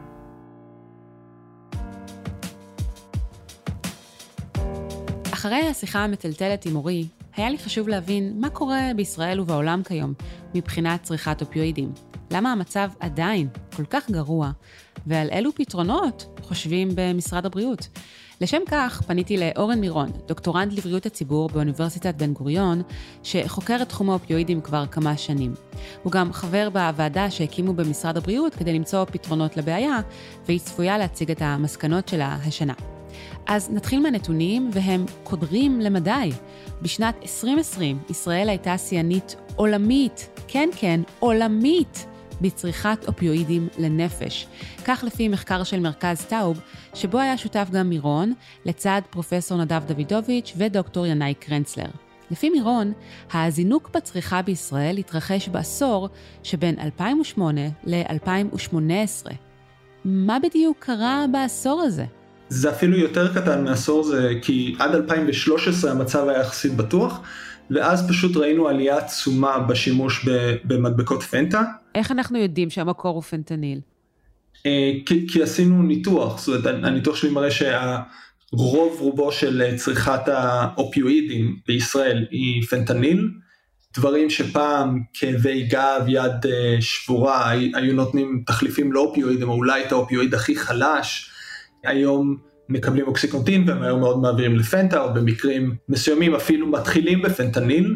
אחרי השיחה המטלטלת עם אורי, היה לי חשוב להבין מה קורה בישראל ובעולם כיום מבחינת צריכת אופיואידים. למה המצב עדיין כל כך גרוע, ועל אילו פתרונות חושבים במשרד הבריאות. לשם כך פניתי לאורן מירון, דוקטורנט לבריאות הציבור באוניברסיטת בן גוריון, שחוקר את תחום האופיואידים כבר כמה שנים. הוא גם חבר בוועדה שהקימו במשרד הבריאות כדי למצוא פתרונות לבעיה, והיא צפויה להציג את המסקנות שלה השנה. אז נתחיל מהנתונים, והם קודרים למדי. בשנת עשרים עשרים ישראל הייתה שיאנית עולמית, כן כן, עולמית, בצריכת אופיואידים לנפש. כך לפי מחקר של מרכז טאוב, שבו היה שותף גם מירון, לצד פרופסור נדב דוידוביץ' ודוקטור ינאי קרנצלר. לפי מירון, הזינוק בצריכה בישראל התרחש בעשור שבין אלפיים ושמונה ל-אלפיים ושמונה עשרה. מה בדיוק קרה בעשור הזה? זה אפילו יותר קטן מעשור, זה כי עד אלפיים ושלוש עשרה המצב היה יחסית בטוח, ואז פשוט ראינו עלייה עצומה בשימוש במדבקות פנטה. איך אנחנו יודעים שהמקור הוא פנטניל? כי, כי עשינו ניתוח, זאת אומרת, הניתוח שלי מראה שהרוב רובו של צריכת האופיואידים בישראל היא פנטניל, דברים שפעם כאבי גב, יד שבורה, היו נותנים תחליפים לאופיואידים, או אולי את האופיואיד הכי חלש, היום מקבלים אוקסיקונטין, והם היום מאוד מעבירים לפנטה, או במקרים מסוימים אפילו מתחילים בפנטניל.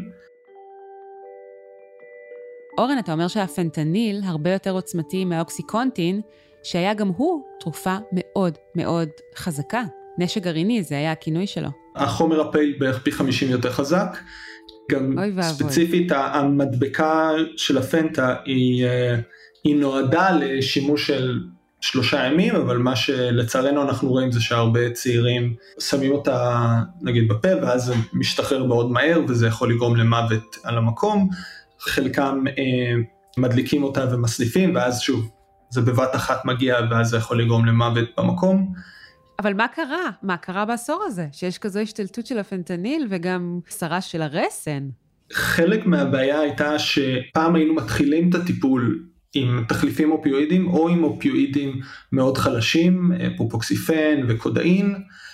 אורן, אתה אומר שהפנטניל הרבה יותר עוצמתי מהאוקסיקונטין, שהיה גם הוא תרופה מאוד מאוד חזקה. נשק גרעיני, זה היה הכינוי שלו. החומר הפעיל בערך פי חמישים יותר חזק. גם ספציפית, המדבקה של הפנטה היא, היא נועדה לשימוש של שלושה ימים, אבל מה שלצערנו אנחנו רואים זה שהרבה צעירים שמים אותה נגיד בפה, ואז זה משתחרר מאוד מהר, וזה יכול לגרום למוות על המקום. חלקם אה, מדליקים אותה ומסניפים, ואז שוב, זה בבת אחת מגיע, ואז זה יכול לגרום למוות במקום. אבל מה קרה? מה קרה בעשור הזה? שיש כזו השתלטות של הפנטניל, וגם שרה של הרסן? חלק מהבעיה הייתה שפעם היינו מתחילים את הטיפול עם תחליפים אופיואידים, או עם אופיואידים מאוד חלשים, פרופוקסיפן וקודאין.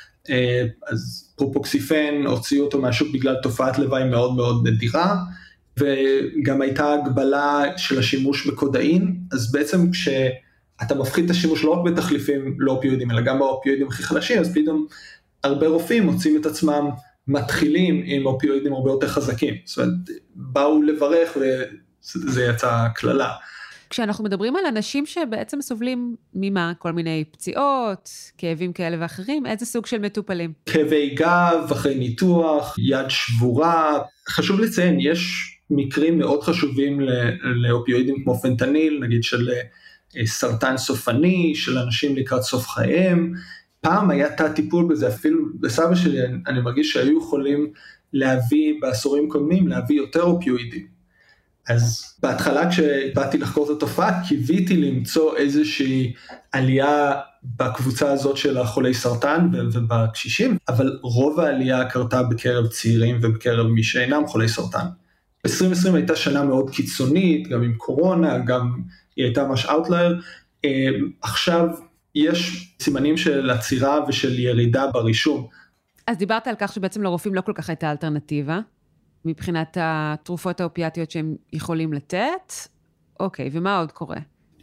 אז פרופוקסיפן הוציאו אותו מהשוק בגלל תופעת לוואי מאוד מאוד נדירה, וגם הייתה הגבלה של השימוש בקודאין, אז בעצם כשאתה מפחית את השימוש לא רק בתחליפים לא אופיואידים, אלא גם באופיואידים הכי חלשים, אז פתאום הרבה רופאים מוצאים את עצמם מתחילים עם אופיואידים הרבה יותר חזקים. זאת אומרת, באו לברך וזה יצא כללה. כשאנחנו מדברים על אנשים שבעצם סובלים ממה? כל מיני פציעות, כאבים כאלה ואחרים, איזה סוג של מטופלים? כאבי גב, אחרי ניתוח, יד שבורה. חשוב לציין, יש מקרים מאוד חשובים לאופיואידים כמו פנטניל, נגיד של סרטן סופני, של אנשים לקראת סוף חייהם. פעם היה תא טיפול בזה, אפילו בסבא שלי אני מרגיש שהיו יכולים להביא, בעשורים קודמים, להביא יותר אופיואידים. אז בהתחלה כשבאתי לחקור את התופעה, קיוויתי למצוא איזושהי עלייה בקבוצה הזאת של החולי סרטן ובקשישים, אבל רוב העלייה קרתה בקרב צעירים ובקרב מי שאינם חולי סרטן. עשרים עשרים הייתה שנה מאוד קיצונית, גם עם קורונה, גם היא הייתה ממש אאוטלייר. עכשיו יש סימנים של עצירה ושל ירידה ברישום. אז דיברת על כך שבעצם לרופאים לא כל כך הייתה אלטרנטיבה, מבחינת התרופות האופיאטיות שהם יכולים לתת. אוקיי, ומה עוד קורה?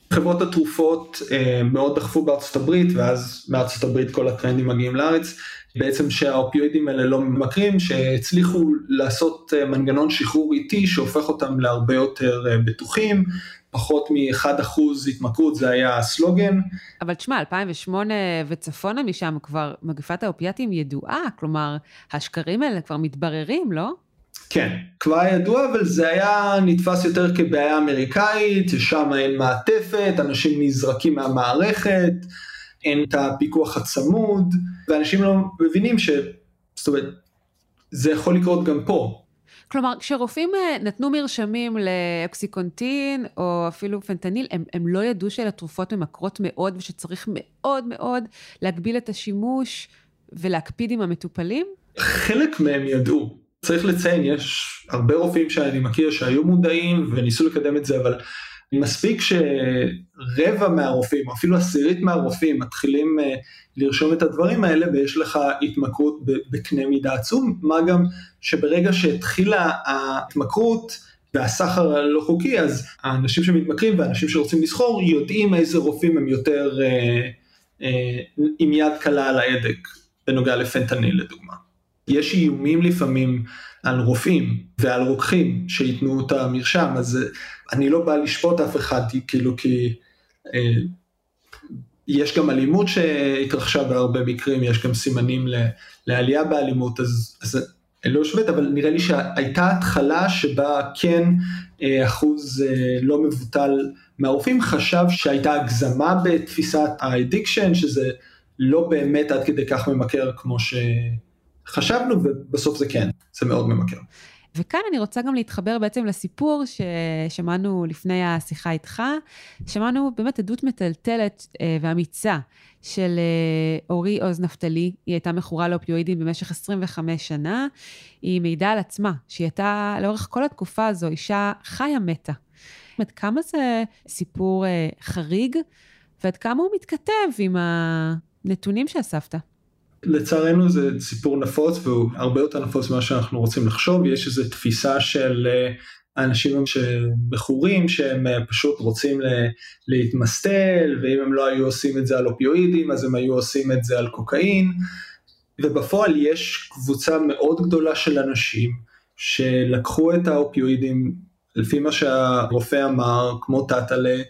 חברות התרופות מאוד דחפו בארצות הברית, ואז מארצות הברית כל הטרנדים מגיעים לארץ, בעצם שהאופיואידים האלה לא ממכרים, שהצליחו לעשות מנגנון שחרור איטי, שהופך אותם להרבה יותר בטוחים, פחות מ-אחד אחוז התמכרות, זה היה הסלוגן. אבל תשמע, אלפיים ושמונה וצפונה משם כבר מגפת האופיאטים ידועה, כלומר, השקרים האלה כבר מתבררים, לא? כן, כבר ידוע, אבל זה היה נתפס יותר כבעיה אמריקאית, ששם אין מעטפת, אנשים נזרקים מהמערכת, אין את הפיקוח הצמוד, ואנשים לא מבינים ש... זאת אומרת, זה יכול לקרות גם פה. כלומר, כשרופאים נתנו מרשמים לאוקסיקונטין, או אפילו פנטניל, הם, הם לא ידעו שלתרופות ממכרות מאוד, ושצריך מאוד מאוד להגביל את השימוש, ולהקפיד עם המטופלים? חלק מהם ידעו. צריך לציין, יש הרבה רופאים שאני מכיר שהיו מודעים, וניסו לקדם את זה, אבל מספיק שרבע מהרופאים, או אפילו עשירית מהרופאים, מתחילים לרשום את הדברים האלה, ויש לך התמכרות בקנה מידה עצום, מה גם שברגע שהתחילה ההתמכרות, והסחר הלא חוקי, אז האנשים שמתמכרים, והאנשים שרוצים לסחור, יודעים איזה רופאים הם יותר אה, אה, עם יד קלה על ההדק, בנוגע לפנטניל לדוגמה. יש איומים לפעמים על רופאים ועל רוקחים שיתנו את המרשם, אז אני לא בא לשפוט אף אחד, כאילו כי אה, יש גם אלימות שהתרחשה בהרבה מקרים, יש גם סימנים לעלייה באלימות, אז, אז אני לא שווה, אבל נראה לי שהייתה התחלה שבה כן אה, אחוז אה, לא מבוטל מהרופאים חשב שהייתה הגזמה בתפיסת האדיקשן, שזה לא באמת עד כדי כך ממכר כמו ש... חשבנו, ובסוף זה כן, זה מאוד ממכר. וכאן אני רוצה גם להתחבר בעצם לסיפור ששמענו לפני השיחה איתך, שמענו באמת עדות מטלטלת ואמיצה של אורי עוז נפתלי, היא הייתה מכורה לאופיואידים במשך עשרים וחמש שנה, היא מעידה על עצמה, שהיא הייתה לאורך כל התקופה הזו, אישה חיה מתה. עד כמה זה סיפור חריג, ועד כמה הוא מתכתב עם הנתונים שאספת? לצערנו זה סיפור נפוץ, והוא הרבה יותר נפוץ ממה שאנחנו רוצים לחשוב, יש איזו תפיסה של אנשים שמכורים, שהם פשוט רוצים להתמסטל, ואם הם לא היו עושים את זה על אופיואידים, אז הם היו עושים את זה על קוקאין, ובפועל יש קבוצה מאוד גדולה של אנשים, שלקחו את האופיואידים, לפי מה שהרופא אמר, כמו טאטלה,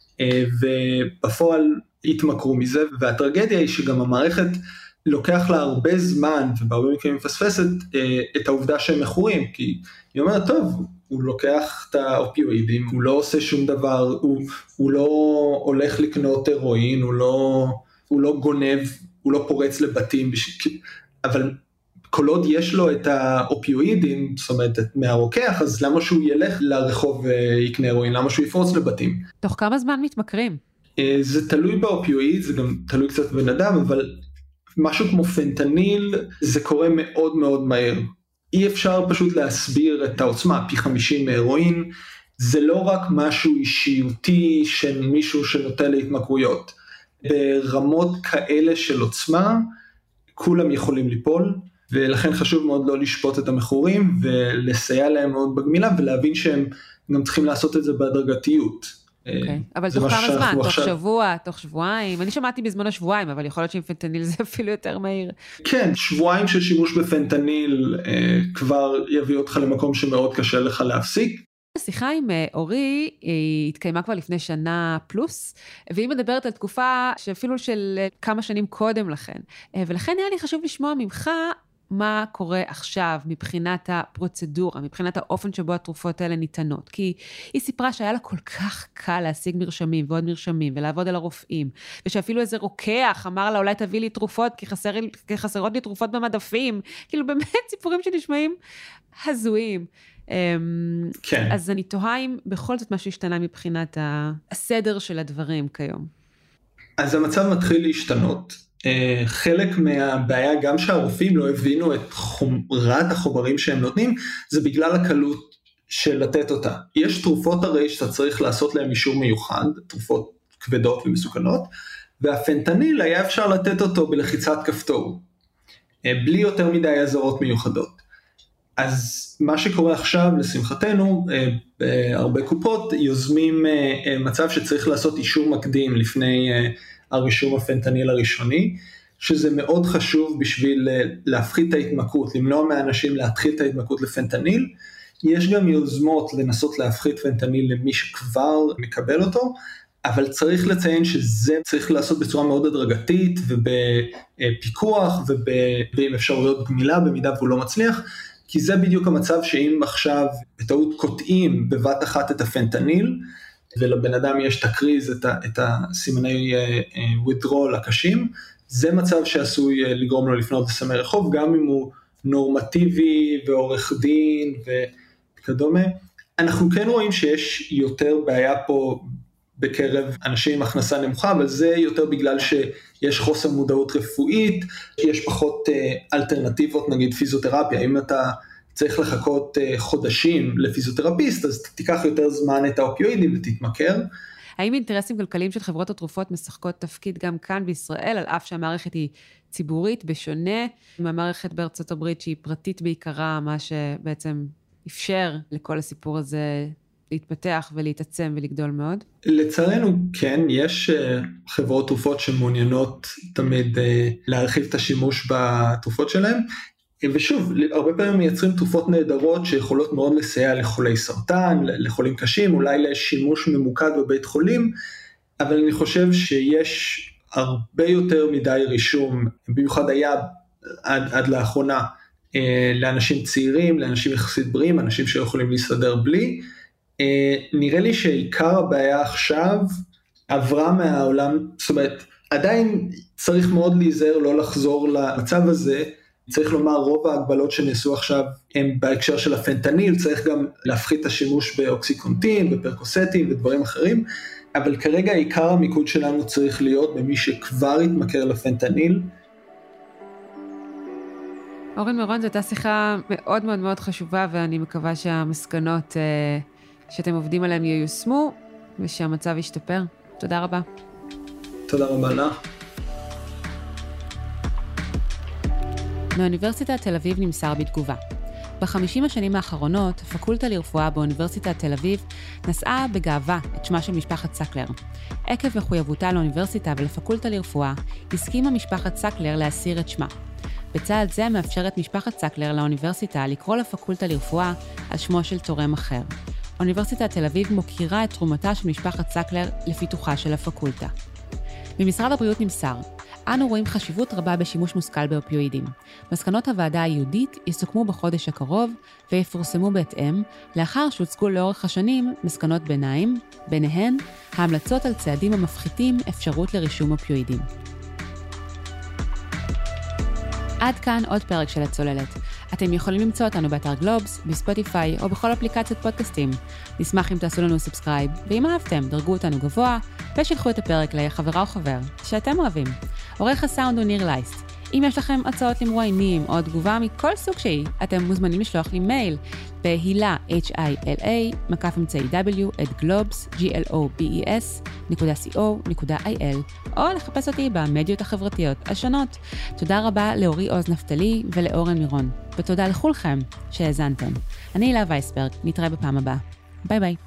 ובפועל התמכרו מזה, והטרגדיה היא שגם המערכת, לוקח לה הרבה זמן, ובהרבה מקרים מפספסת, את העובדה שהם מכורים, כי היא אומרת, טוב, הוא לוקח את האופיואידים, הוא לא עושה שום דבר, הוא, הוא לא הולך לקנות הרואין, הוא לא, הוא לא גונב, הוא לא פורץ לבתים, אבל כל עוד יש לו את האופיואידים, זאת אומרת, מהרוקח, אז למה שהוא ילך לרחוב ויקנה הרואין, למה שהוא יפרוץ לבתים? תוך כמה זמן מתמכרים? זה תלוי באופיואיד, זה גם תלוי קצת בן אדם, אבל משהו כמו פנטניל, זה קורה מאוד מאוד מהר. אי אפשר פשוט להסביר את העוצמה, פי חמישים מהרואין, זה לא רק משהו אישיותי של מישהו שנוטה להתמכרויות. ברמות כאלה של עוצמה, כולם יכולים ליפול, ולכן חשוב מאוד לא לשפוט את המכורים, ולסייע להם מאוד בגמילה, ולהבין שהם גם צריכים לעשות את זה בהדרגתיות. אוקיי, אבל תוך כמה זמן? תוך שבוע, תוך שבועיים? אני שמעתי בזמן השבועיים, אבל יכול להיות שעם פנטניל זה אפילו יותר מהיר. כן, שבועיים של שימוש בפנטניל כבר יביא אותך למקום שמאוד קשה לך להפסיק. השיחה עם אורי היא התקיימה כבר לפני שנה פלוס, והיא מדברת על תקופה שאפילו של כמה שנים קודם לכן. ולכן היה לי חשוב לשמוע ממך מה קורה עכשיו מבחינת הפרוצדורה, מבחינת האופן שבו התרופות האלה ניתנות. כי היא סיפרה שהיה לה כל כך קל להשיג מרשמים ועוד מרשמים ולעבוד על הרופאים, ושאפילו איזה רוקח אמר לה אולי תביא לי תרופות כי, חסר, כי חסרות לי תרופות במדפים. כאילו באמת סיפורים שנשמעים הזויים. כן. אז אני תוהה אם בכל זאת משהו השתנה מבחינת הסדר של הדברים כיום. אז המצב מתחיל להשתנות. חלק מהבעיה גם שהרופאים לא הבינו את חומרת החומרים שהם נותנים, זה בגלל הקלות של לתת אותה. יש תרופות הרי שאתה צריך לעשות להם אישור מיוחד, תרופות כבדות ומסוכנות, והפנטניל היה אפשר לתת אותו בלחיצת כפתור, בלי יותר מדי אזהרות מיוחדות. אז מה שקורה עכשיו, לשמחתנו, בהרבה קופות יוזמים מצב שצריך לעשות אישור מקדים לפני הרישום הפנטניל הראשוני, שזה מאוד חשוב בשביל להפחית את ההתמכרות, למנוע מהאנשים להתחיל את ההתמכרות לפנטניל. יש גם יוזמות לנסות להפחית פנטניל למי שכבר מקבל אותו, אבל צריך לציין שזה צריך לעשות בצורה מאוד הדרגתית, ובפיקוח, ועם אפשרויות גמילה במידה והוא לא מצליח, כי זה בדיוק המצב שאם עכשיו בטעות קוטעים בבת אחת את הפנטניל, ולבן אדם יש תקריז את, ה, את הסימני uh, withdrawal הקשים, זה מצב שעשוי לגרום לו לפנות לסמי רחוב, גם אם הוא נורמטיבי ועורך דין וכדומה. אנחנו כן רואים שיש יותר בעיה פה בקרב אנשים עם הכנסה נמוכה, אבל זה יותר בגלל שיש חוסר מודעות רפואית, יש פחות אלטרנטיבות, נגיד פיזיותרפיה. אם אתה צריך לחכות חודשים לפיזיותרפיסט, אז תיקח יותר זמן את האופיואידים ותתמכר. האם אינטרסים כלכליים של חברות התרופות משחקות תפקיד גם כאן בישראל, על אף שהמערכת היא ציבורית, בשונה מהמערכת בארצות הברית שהיא פרטית בעיקרה, מה שבעצם אפשר לכל הסיפור הזה להתפתח ולהתעצם ולגדול מאוד? לצערנו כן, יש חברות תרופות שמעוניינות תמיד להרחיב את השימוש בתרופות שלהם, ושוב, הרבה פעמים מייצרים תרופות נהדרות שיכולות מאוד לסייע לחולי סרטן, לחולים קשים, אולי לשימוש ממוקד בבית חולים, אבל אני חושב שיש הרבה יותר מדי רישום, במיוחד היה עד, עד לאחרונה, לאנשים צעירים, לאנשים יחסית בריאים, אנשים שיכולים להסתדר בלי. נראה לי שעיקר הבעיה עכשיו עברה מהעולם, זאת אומרת, עדיין צריך מאוד להיזהר לא לחזור למצב הזה, צריך לומר, רוב ההגבלות שנעשו עכשיו הם בהקשר של הפנטניל, צריך גם להפחית את השימוש באוקסיקונטין, בפרקוסטין ודברים אחרים, אבל כרגע עיקר המיקוד שלנו צריך להיות במי שכבר התמכר לפנטניל. אורן מירון, זו הייתה שיחה מאוד מאוד מאוד חשובה, ואני מקווה שהמסקנות שאתם עובדים עליהן ייושמו, ושהמצב ישתפר. תודה רבה. תודה רבה לך. מאוניברסיטת תל אביב נמסר בתגובה. בחמישים השנים האחרונות, הפקולטה לרפואה באוניברסיטת תל אביב נשאה בגאווה את שמה של משפחת סקלר. עקב מחויבותה לאוניברסיטה ולפקולטה לרפואה, הסכימה משפחת סקלר להסיר את שמה. בצעד זה מאפשרת משפחת סקלר לאוניברסיטה לקרוא לפקולטה לרפואה על שמו של תורם אחר. אוניברסיטת תל אביב מוקירה את תרומתה של משפחת סקלר לפיתוחה של הפקולטה. במשרד הבריאות נמסר, אנו רואים חשיבות רבה בשימוש מושכל באופיואידים. מסקנות הוועדה היהודית יסוכמו בחודש הקרוב ויפורסמו בהתאם, לאחר שהוצגו לאורך השנים מסקנות ביניים, ביניהן ההמלצות על צעדים המפחיתים אפשרות לרישום אופיואידים. עד כאן עוד פרק של הצוללת. אתם יכולים למצוא אותנו באתר גלובס, בספוטיפיי או בכל אפליקציית פודקאסטים. נשמח אם תעשו לנו סאבסקרייב, ואם אהבתם, דרגו אותנו גבוה, ושלחו את הפרק לחברה או חבר שאתם אוהבים. עורך הסאונד הוא ניר לייסט. אם יש לכם הצעות למרואיינים או תגובה מכל סוג שהיא, אתם מוזמנים לשלוח לי מייל בהילה, H-I-L-A, מקף אמצעי W, את גלובס, G-L-O-B-E-S, נקודה C-O, נקודה I-L, או לחפש אותי במדיות החברתיות השונות. תודה רבה לאורי עוז נפתלי ולאורן מירון, ותודה לכולכם שהאזנתם. אני הילה וייסברג, נתראה בפעם הבאה. ביי ביי.